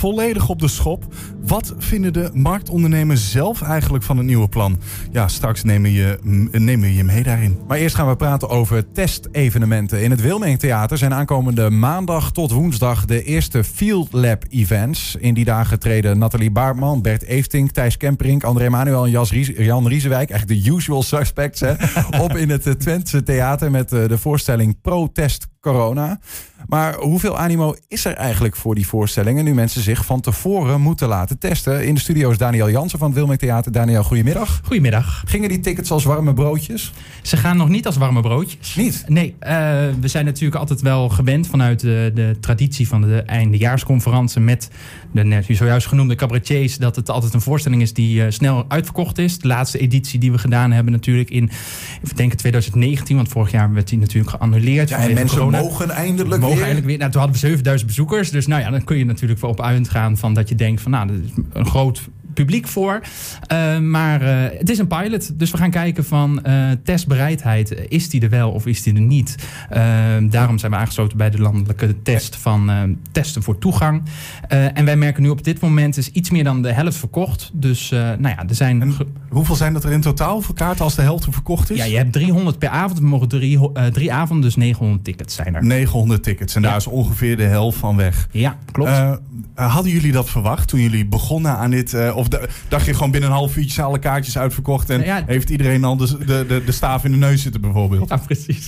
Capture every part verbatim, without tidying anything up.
volledig op de schop. Wat vinden de marktondernemers zelf eigenlijk van het nieuwe plan? Ja, straks nemen, je, nemen we je mee daarin. Maar eerst gaan we praten over testevenementen. In het Wilming Theater zijn aankomende maandag tot woensdag de eerste Field Lab events. In die dagen treden Nathalie Baartman, Bert Eeftink, Thijs Kemperink, André Manuel en Jas Ries, Jan Riesewijk, eigenlijk de usual suspects, hè, op in het Twentse Theater met de voorstelling Protest Corona. Maar hoeveel animo is er eigenlijk voor die voorstellingen nu mensen zich van tevoren moeten laten testen? In de studio is Daniel Jansen van het Wilming Theater. Daniel, goedemiddag. Goedemiddag. Gingen die tickets als warme broodjes? Ze gaan nog niet als warme broodjes. Niet? Nee, uh, we zijn natuurlijk altijd wel gewend vanuit de, de traditie van de eindejaarsconferentie met de net zojuist genoemde cabaretiers, dat het altijd een voorstelling is die uh, snel uitverkocht is. De laatste editie die we gedaan hebben natuurlijk in, ik denk twintig negentien, want vorig jaar werd die natuurlijk geannuleerd. Ja, en mensen corona. mogen eindelijk mogen weer. Eindelijk weer. Nou, toen hadden we zevenduizend bezoekers, dus nou ja, dan kun je natuurlijk wel op uitgaan van dat je denkt van nou, dat is een groot publiek voor. Uh, maar uh, het is een pilot. Dus we gaan kijken van uh, testbereidheid. Is die er wel of is die er niet? Uh, daarom zijn we aangesloten bij de landelijke test van uh, testen voor toegang. Uh, en wij merken nu op dit moment is iets meer dan de helft verkocht. Dus uh, nou ja, er zijn... En hoeveel zijn dat er in totaal voor kaarten als de helft verkocht is? Ja, je hebt driehonderd per avond. We mogen drie, uh, drie avonden, dus negenhonderd tickets zijn er. negenhonderd tickets. En ja. Daar is ongeveer de helft van weg. Ja, klopt. Uh, hadden jullie dat verwacht toen jullie begonnen aan dit? Uh, of de, dacht je gewoon binnen een half uurtje alle kaartjes uitverkocht en ja, heeft iedereen al de, de, de, de staaf in de neus zitten bijvoorbeeld? Ja, precies.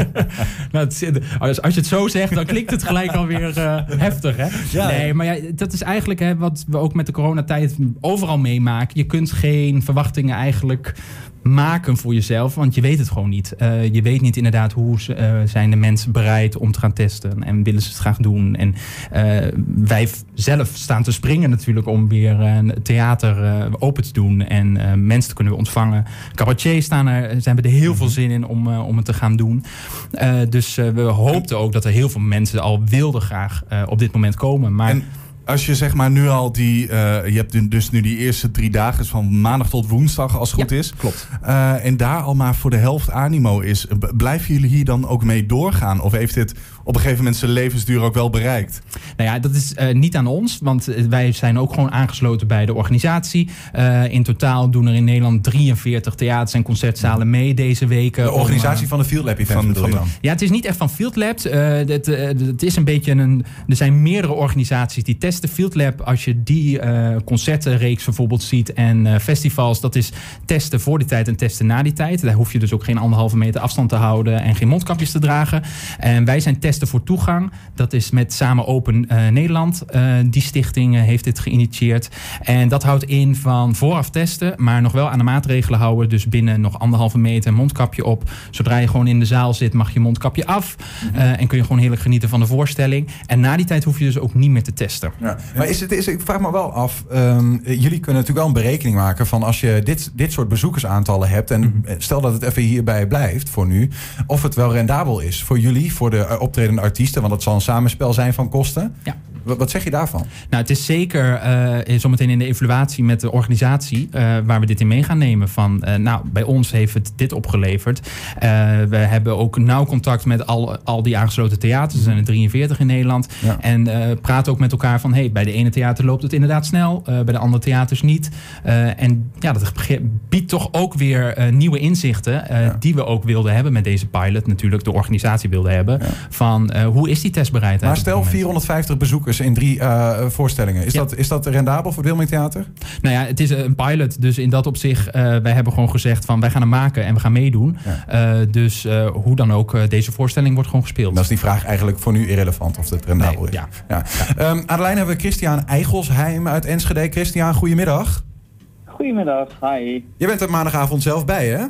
nou, het, als, als je het zo zegt, dan klinkt het gelijk alweer uh, heftig, hè? Ja, nee, maar ja, dat is eigenlijk hè, wat we ook met de coronatijd overal meemaken. Je kunt geen verwachtingen eigenlijk maken voor jezelf, want je weet het gewoon niet. Uh, je weet niet inderdaad hoe uh, zijn de mensen bereid om te gaan testen en willen ze het graag doen. En uh, wij zelf staan te springen natuurlijk om weer een theater uh, open te doen en uh, mensen te kunnen ontvangen. Cabaretiers staan er, ze hebben er heel veel zin in om, uh, om het te gaan doen. Uh, dus uh, we hoopten ook dat er heel veel mensen al wilden graag uh, op dit moment komen. Maar en als je zeg maar nu al die, uh, je hebt dus nu die eerste drie dagen van maandag tot woensdag als het goed ja, is. Klopt. Uh, en daar al maar voor de helft animo is. Blijven jullie hier dan ook mee doorgaan? Of heeft dit op een gegeven moment zijn levensduur ook wel bereikt? Nou ja, dat is uh, niet aan ons, want wij zijn ook gewoon aangesloten bij de organisatie. Uh, in totaal doen er in Nederland drieënveertig theaters en concertzalen mee deze weken. De organisatie om, uh, van de Field Lab event van, van, van Ja, het is niet echt van Field Lab. Uh, het, uh, het is een beetje een, er zijn meerdere organisaties die testen. Field Lab, als je die uh, concertenreeks bijvoorbeeld ziet en uh, festivals, dat is testen voor die tijd en testen na die tijd. Daar hoef je dus ook geen anderhalve meter afstand te houden en geen mondkapjes te dragen. En wij zijn testen voor toegang. Dat is met Samen Open uh, Nederland. Uh, die stichting uh, heeft dit geïnitieerd. En dat houdt in van vooraf testen, maar nog wel aan de maatregelen houden. Dus binnen nog anderhalve meter mondkapje op. Zodra je gewoon in de zaal zit, mag je mondkapje af. Uh, en kun je gewoon heerlijk genieten van de voorstelling. En na die tijd hoef je dus ook niet meer te testen. Ja. Maar is het, is, ik vraag me wel af, um, jullie kunnen natuurlijk wel een berekening maken van als je dit, dit soort bezoekersaantallen hebt en mm-hmm. stel dat het even hierbij blijft voor nu, of het wel rendabel is voor jullie, voor de uh, optredende artiesten, want het zal een samenspel zijn van kosten. Ja. Wat, wat zeg je daarvan? Nou, het is zeker uh, zometeen in de evaluatie met de organisatie uh, waar we dit in mee gaan nemen. Van, uh, nou, bij ons heeft het dit opgeleverd. Uh, we hebben ook nauw contact met al, al die aangesloten theaters. Er zijn er drieënveertig in Nederland. Ja. En uh, praten ook met elkaar van, hey, bij de ene theater loopt het inderdaad snel. Uh, bij de andere theaters niet. Uh, en ja, dat biedt toch ook weer uh, nieuwe inzichten. Uh, ja. Die we ook wilden hebben met deze pilot. Natuurlijk de organisatie wilde hebben. Ja. Van, uh, hoe is die testbereidheid? Maar stel vierhonderdvijftig bezoekers in drie uh, voorstellingen. Is, ja. dat, is dat rendabel voor het Wilming Theater? Nou ja, het is een pilot. Dus in dat opzicht, uh, wij hebben gewoon gezegd van wij gaan hem maken en we gaan meedoen. Ja. Uh, dus uh, hoe dan ook, uh, deze voorstelling wordt gewoon gespeeld. Dat is die vraag eigenlijk voor nu irrelevant of het rendabel nee, is. Ja. Ja. Ja. Um, aan de lijn hebben we Christian Eigelsheim uit Enschede. Christian, goedemiddag. Goedemiddag, hi. Je bent er maandagavond zelf bij, hè?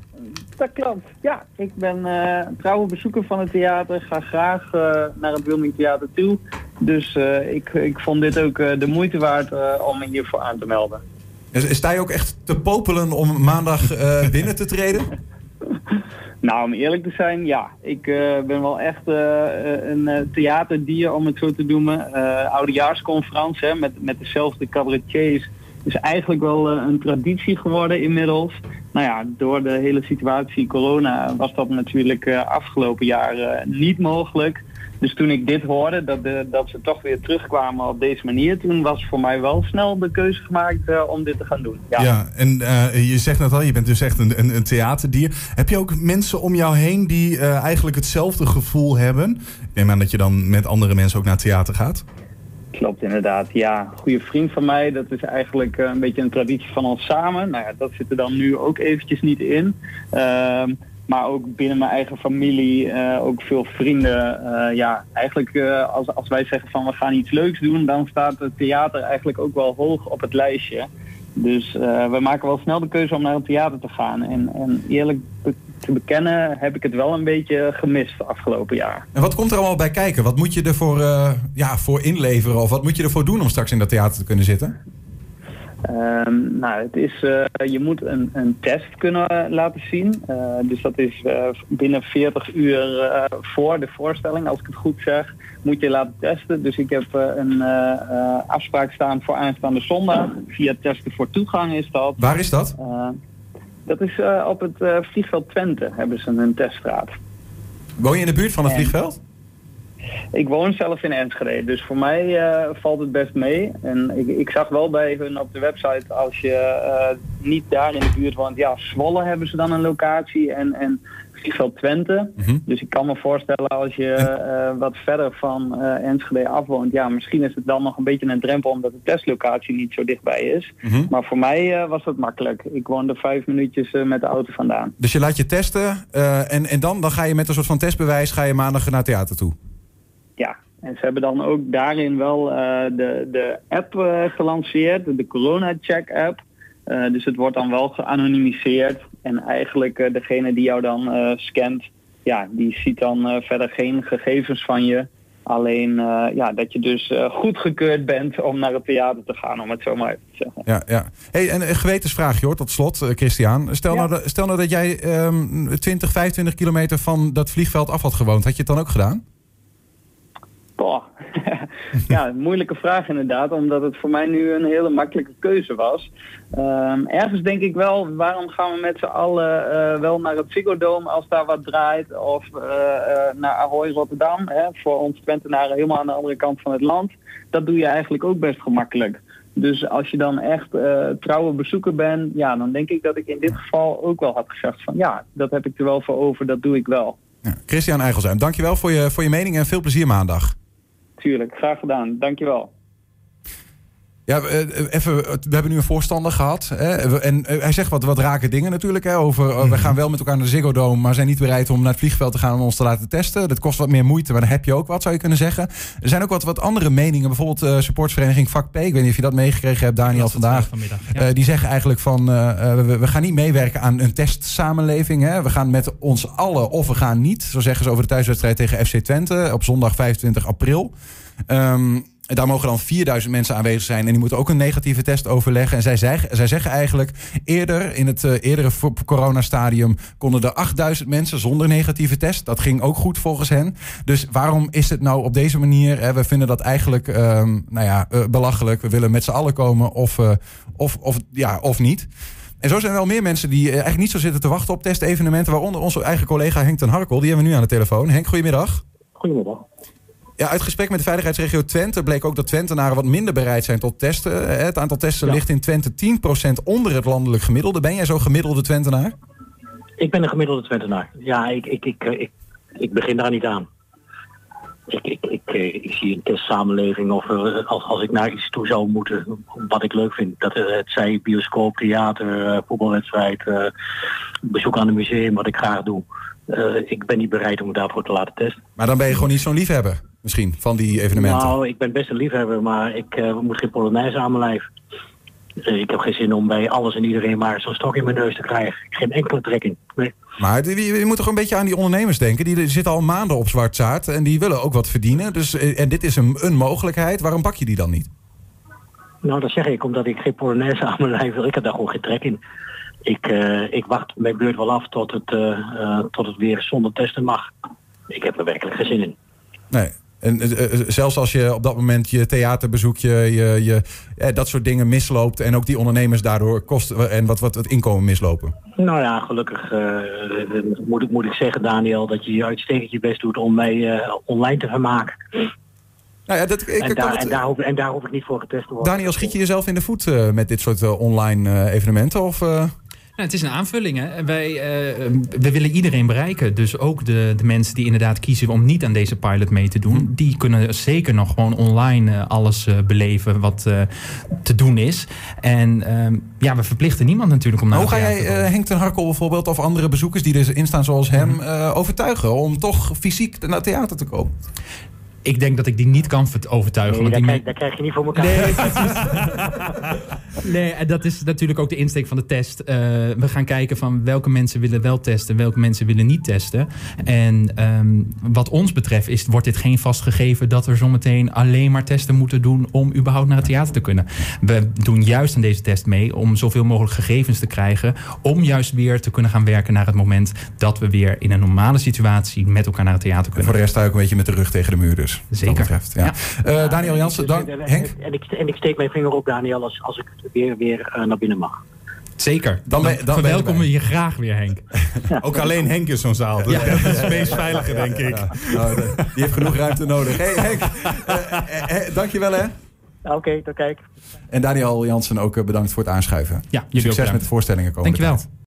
Dat klopt, ja. Ik ben uh, een trouwe bezoeker van het theater. Ga graag uh, naar het Wilming Theater toe. Dus uh, ik, ik vond dit ook uh, de moeite waard uh, om me hiervoor aan te melden. Sta je ook echt te popelen om maandag uh, binnen te treden? Nou, om eerlijk te zijn, ja. Ik uh, ben wel echt uh, een uh, theaterdier, om het zo te noemen. Uh, oudejaarsconferentie, hè, met, met dezelfde cabaretiers. Is eigenlijk wel uh, een traditie geworden inmiddels. Nou ja, door de hele situatie corona was dat natuurlijk uh, afgelopen jaar uh, niet mogelijk. Dus toen ik dit hoorde, dat, de, dat ze toch weer terugkwamen op deze manier, toen was voor mij wel snel de keuze gemaakt uh, om dit te gaan doen. Ja, ja en uh, je zegt net al, je bent dus echt een, een, een theaterdier. Heb je ook mensen om jou heen die uh, eigenlijk hetzelfde gevoel hebben? Ik neem aan dat je dan met andere mensen ook naar theater gaat. Klopt, inderdaad. Ja, een goede vriend van mij, dat is eigenlijk uh, een beetje een traditie van ons samen. Nou ja, dat zit er dan nu ook eventjes niet in. Uh, Maar ook binnen mijn eigen familie, uh, ook veel vrienden. Uh, ja, eigenlijk uh, als, als wij zeggen van we gaan iets leuks doen, dan staat het theater eigenlijk ook wel hoog op het lijstje. Dus uh, we maken wel snel de keuze om naar het theater te gaan. En, en eerlijk be- te bekennen heb ik het wel een beetje gemist de afgelopen jaar. En wat komt er allemaal bij kijken? Wat moet je ervoor uh, ja, voor inleveren of wat moet je ervoor doen om straks in dat theater te kunnen zitten? Um, nou, het is, uh, je moet een, een test kunnen uh, laten zien. Uh, dus dat is uh, binnen veertig uur uh, voor de voorstelling, als ik het goed zeg, moet je laten testen. Dus ik heb uh, een uh, uh, afspraak staan voor aanstaande zondag. Via testen voor toegang is dat. Waar is dat? Uh, dat is uh, op het uh, vliegveld Twente hebben ze een teststraat. Woon je in de buurt van het en... vliegveld? Ik woon zelf in Enschede, dus voor mij uh, valt het best mee. En ik, ik zag wel bij hun op de website, als je uh, niet daar in de buurt woont, ja, Zwolle hebben ze dan een locatie en, en vliegveld Twente. Mm-hmm. Dus ik kan me voorstellen als je uh, wat verder van uh, Enschede af woont, ja, misschien is het dan nog een beetje een drempel omdat de testlocatie niet zo dichtbij is. Mm-hmm. Maar voor mij uh, was dat makkelijk. Ik woonde vijf minuutjes uh, met de auto vandaan. Dus je laat je testen uh, en, en dan, dan ga je met een soort van testbewijs ga je maandag naar theater toe? Ja, en ze hebben dan ook daarin wel uh, de, de app uh, gelanceerd, de Corona Check app. Uh, dus het wordt dan wel geanonimiseerd. En eigenlijk uh, degene die jou dan uh, scant, ja, die ziet dan uh, verder geen gegevens van je. Alleen uh, ja, dat je dus uh, goedgekeurd bent om naar het theater te gaan, om het zo maar even te zeggen. Ja, ja. Hey, en een gewetensvraagje hoor, tot slot, uh, Christian. Stel, ja. nou, stel nou dat jij um, twintig, vijfentwintig kilometer van dat vliegveld af had gewoond. Had je het dan ook gedaan? Boah. Ja, een moeilijke vraag inderdaad, omdat het voor mij nu een hele makkelijke keuze was. Um, ergens denk ik wel, waarom gaan we met z'n allen uh, wel naar het Ziggo Dome als daar wat draait, of uh, uh, naar Ahoy Rotterdam, hè, voor ons Twentenaren helemaal aan de andere kant van het land. Dat doe je eigenlijk ook best gemakkelijk. Dus als je dan echt uh, trouwe bezoeker bent, ja, dan denk ik dat ik in dit geval ook wel had gezegd van ja, dat heb ik er wel voor over, dat doe ik wel. Ja, Christian Eigelsheim, dankjewel voor je, voor je mening en veel plezier maandag. Tuurlijk, graag gedaan. Dankjewel. Ja, even, we hebben nu een voorstander gehad. Hè, en hij zegt wat, wat rake dingen natuurlijk. Hè, over, mm-hmm. We gaan wel met elkaar naar de Ziggo Dome, maar zijn niet bereid om naar het vliegveld te gaan om ons te laten testen. Dat kost wat meer moeite, maar dan heb je ook wat, zou je kunnen zeggen. Er zijn ook wat, wat andere meningen. Bijvoorbeeld uh, supportsvereniging Vak P. Ik weet niet of je dat meegekregen hebt, Daniel, vandaag. Ja. Uh, die zeggen eigenlijk van, uh, we, we gaan niet meewerken aan een testsamenleving. Hè. We gaan met ons allen of we gaan niet. Zo zeggen ze over de thuiswedstrijd tegen F C Twente op zondag vijfentwintig april. Um, En daar mogen dan vierduizend mensen aanwezig zijn en die moeten ook een negatieve test overleggen. En zij, zeg, zij zeggen eigenlijk, eerder in het uh, eerdere coronastadium konden er achtduizend mensen zonder negatieve test. Dat ging ook goed volgens hen. Dus waarom is het nou op deze manier? Hè? We vinden dat eigenlijk um, nou ja, uh, belachelijk. We willen met z'n allen komen of, uh, of, of, ja, of niet. En zo zijn er wel meer mensen die uh, eigenlijk niet zo zitten te wachten op testevenementen. Waaronder onze eigen collega Henk ten Harkel. Die hebben we nu aan de telefoon. Henk, goedemiddag. Goedemiddag. Ja, uit gesprek met de veiligheidsregio Twente bleek ook dat Twentenaren wat minder bereid zijn tot testen. Het aantal testen ja. ligt in Twente tien procent onder het landelijk gemiddelde. Ben jij zo'n gemiddelde Twentenaar? Ik ben een gemiddelde Twentenaar. Ja, ik, ik, ik, ik, ik begin daar niet aan. Ik, ik, ik, ik zie een testsamenleving of als, als ik naar iets toe zou moeten wat ik leuk vind. Dat het zij bioscoop, theater, voetbalwedstrijd, bezoek aan een museum, wat ik graag doe. Uh, ik ben niet bereid om me daarvoor te laten testen. Maar dan ben je gewoon niet zo'n liefhebber, misschien, van die evenementen? Nou, ik ben best een liefhebber, maar ik uh, moet geen polonaise aan mijn lijf. Uh, ik heb geen zin om bij alles en iedereen maar zo'n stok in mijn neus te krijgen. Geen enkele trekking. Nee. Maar je, je moet toch een beetje aan die ondernemers denken. Die zitten al maanden op zwart zaad en die willen ook wat verdienen. Dus, en dit is een, een mogelijkheid. Waarom pak je die dan niet? Nou, dat zeg ik, omdat ik geen polonaise aan mijn lijf wil. Ik heb daar gewoon geen trek in. Ik, uh, ik wacht mijn beurt wel af tot het, uh, uh, tot het weer zonder testen mag. Ik heb er werkelijk geen zin in. Nee. En uh, zelfs als je op dat moment je theaterbezoekje, je, je, uh, dat soort dingen misloopt en ook die ondernemers daardoor kosten en wat, wat het inkomen mislopen. Nou ja, gelukkig uh, moet, ik, moet ik zeggen, Daniel, dat je je uitstekend je best doet om mij uh, online te vermaken. Nou ja, dat, ik, en, daar, het, en, daar hoef, en daar hoef ik niet voor getest te worden. Daniel, schiet je jezelf in de voet uh, met dit soort uh, online uh, evenementen? Of, uh... Nou, het is een aanvulling. Hè. Wij uh, we willen iedereen bereiken. Dus ook de, de mensen die inderdaad kiezen om niet aan deze pilot mee te doen. Hmm. Die kunnen zeker nog gewoon online uh, alles uh, beleven wat uh, te doen is. En uh, ja, we verplichten niemand natuurlijk om naar Hoe ga jij uh, Henk ten Harkel bijvoorbeeld of andere bezoekers die erin staan zoals hem uh, overtuigen om toch fysiek naar het theater te komen? Ik denk dat ik die niet kan overtuigen. Nee, want daar, die krijg, daar krijg je niet voor elkaar. Nee, nee, en dat is natuurlijk ook de insteek van de test. Uh, we gaan kijken van welke mensen willen wel testen, welke mensen willen niet testen. En um, wat ons betreft is, wordt dit geen vastgegeven dat we zometeen alleen maar testen moeten doen om überhaupt naar het theater te kunnen. We doen juist aan deze test mee om zoveel mogelijk gegevens te krijgen, om juist weer te kunnen gaan werken naar het moment dat we weer in een normale situatie met elkaar naar het theater kunnen. En voor de rest sta je ook een beetje met de rug tegen de muur dus. Zeker. Betreft, ja. Ja. Uh, Daniel Jansen, dan, en, Henk? En ik, en ik steek mijn vinger op, Daniel, als, als ik weer, weer uh, naar binnen mag. Zeker. Dan, dan, dan verwelkomen we je graag weer, Henk. Ja. Ook alleen Henk is zo'n zaal. Ja. Dat is het meest veilige, ja, denk ja, ik. Ja. Nou, die heeft genoeg ruimte nodig. Hey Henk, uh, uh, uh, dankjewel hè. Oké, okay, tot kijk. En Daniel Jansen ook uh, bedankt voor het aanschuiven. Ja, succes met de voorstellingen komende Dankjewel. tijd.